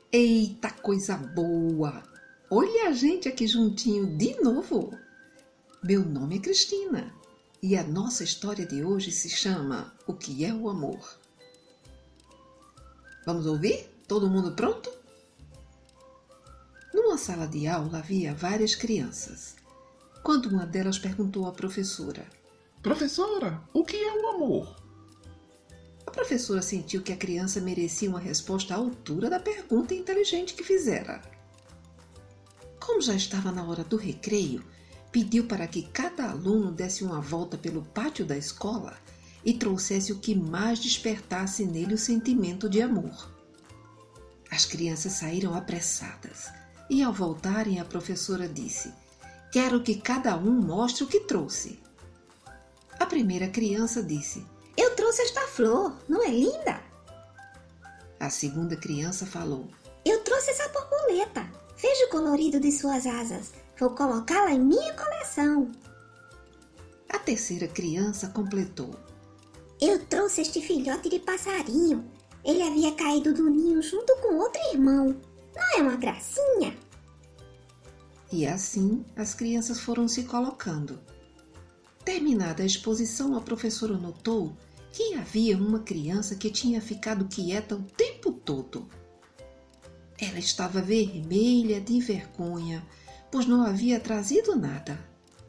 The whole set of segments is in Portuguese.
Eita, coisa boa! Olha a gente aqui juntinho de novo! Meu nome é Cristina e a nossa história de hoje se chama O que é o amor? Vamos ouvir? Todo mundo pronto? Numa sala de aula havia várias crianças. Quando uma delas perguntou à professora: Professora, o que é o amor? A professora sentiu que a criança merecia uma resposta à altura da pergunta inteligente que fizera. Como já estava na hora do recreio, pediu para que cada aluno desse uma volta pelo pátio da escola e trouxesse o que mais despertasse nele o sentimento de amor. As crianças saíram apressadas e, ao voltarem, a professora disse: "Quero que cada um mostre o que trouxe." A primeira criança disse: "Eu trouxe esta flor, não é linda?" A segunda criança falou: "Eu trouxe essa borboleta. Veja o colorido de suas asas. Vou colocá-la em minha coleção." A terceira criança completou: "Eu trouxe este filhote de passarinho. Ele havia caído do ninho junto com outro irmão. Não é uma gracinha?" E assim as crianças foram se colocando. Terminada a exposição, a professora notou que havia uma criança que tinha ficado quieta o tempo todo. Ela estava vermelha de vergonha, pois não havia trazido nada.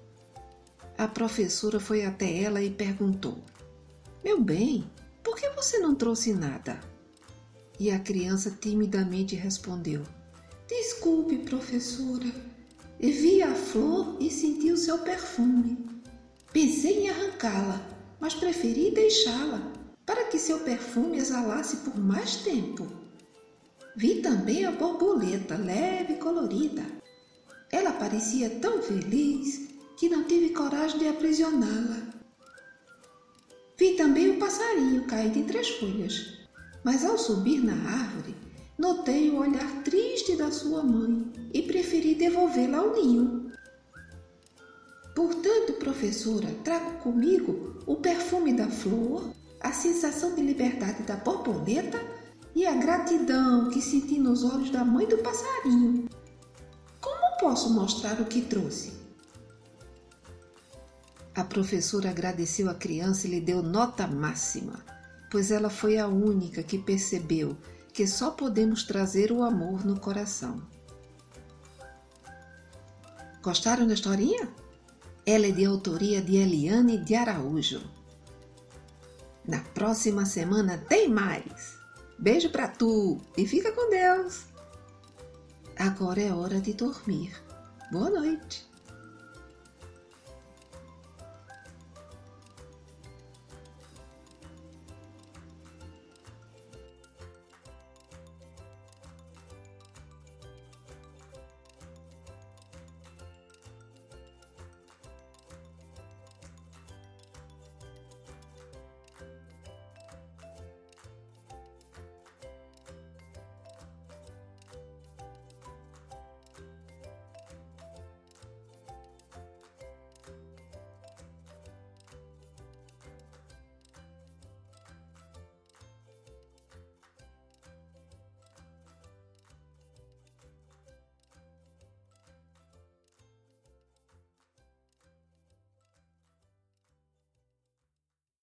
A professora foi até ela e perguntou: "Meu bem, por que você não trouxe nada?" E a criança timidamente respondeu: "Desculpe, professora. Vi a flor e senti o seu perfume. Pensei em arrancá-la, mas preferi deixá-la para que seu perfume exalasse por mais tempo. Vi também a borboleta leve e colorida. Ela parecia tão feliz que não tive coragem de aprisioná-la. Vi também o passarinho caído entre as folhas, mas ao subir na árvore, notei o olhar triste da sua mãe e preferi devolvê-la ao ninho. Portanto, professora, trago comigo o perfume da flor, a sensação de liberdade da borboleta e a gratidão que senti nos olhos da mãe do passarinho. Como posso mostrar o que trouxe?" A professora agradeceu a criança e lhe deu nota máxima, pois ela foi a única que percebeu que só podemos trazer o amor no coração. Gostaram da historinha? Ela é de autoria de Eliane de Araújo. Na próxima semana tem mais. Beijo pra tu e fica com Deus. Agora é hora de dormir. Boa noite.